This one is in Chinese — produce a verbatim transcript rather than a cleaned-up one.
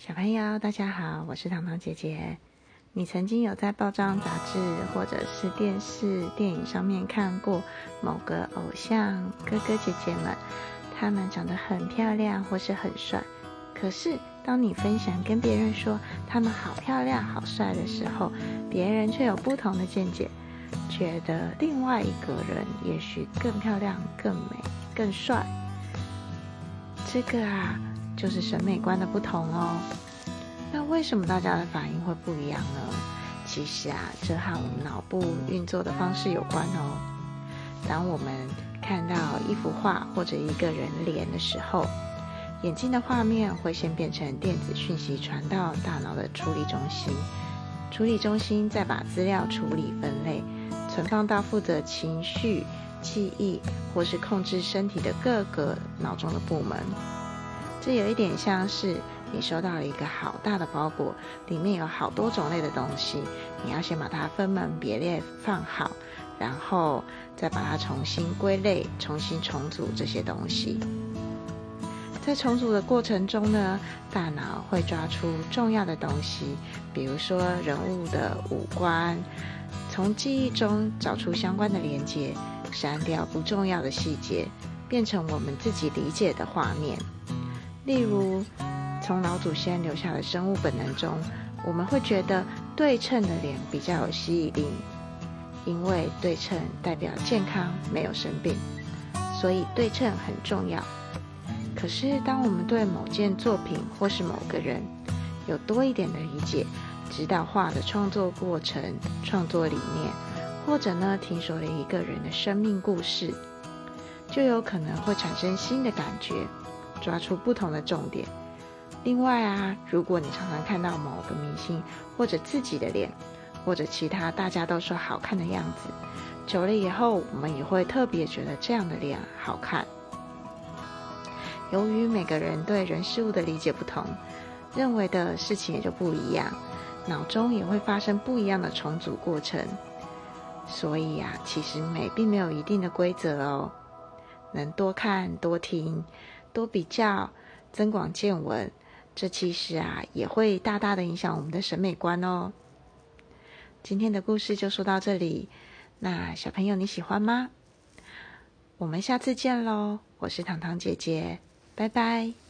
小朋友大家好，我是糖糖姐姐。你曾经有在报章杂志或者是电视电影上面看过某个偶像哥哥姐姐们，他们长得很漂亮或是很帅，可是当你分享跟别人说他们好漂亮好帅的时候，别人却有不同的见解，觉得另外一个人也许更漂亮更美更帅。这个啊就是审美观的不同哦。那为什么大家的反应会不一样呢？其实啊，这和我们脑部运作的方式有关哦。当我们看到一幅画或者一个人脸的时候，眼睛的画面会先变成电子讯息传到大脑的处理中心，处理中心再把资料处理分类，存放到负责情绪、记忆或是控制身体的各个脑中的部门。这有一点像是你收到了一个好大的包裹，里面有好多种类的东西，你要先把它分门别类放好，然后再把它重新归类，重新重组这些东西。在重组的过程中呢，大脑会抓出重要的东西，比如说人物的五官，从记忆中找出相关的连结，删掉不重要的细节，变成我们自己理解的画面。例如，从老祖先留下的生物本能中，我们会觉得对称的脸比较有吸引力，因为对称代表健康，没有生病，所以对称很重要。可是当我们对某件作品或是某个人有多一点的理解，知道画的创作过程、创作理念，或者呢听说了一个人的生命故事，就有可能会产生新的感觉，抓出不同的重点。另外啊，如果你常常看到某个明星或者自己的脸，或者其他大家都说好看的样子，久了以后我们也会特别觉得这样的脸好看。由于每个人对人事物的理解不同，认为的事情也就不一样，脑中也会发生不一样的重组过程。所以啊，其实美并没有一定的规则哦，能多看多听多比较，增广见闻，这其实啊也会大大的影响我们的审美观哦。今天的故事就说到这里，那小朋友你喜欢吗？我们下次见咯，我是糖糖姐姐，拜拜。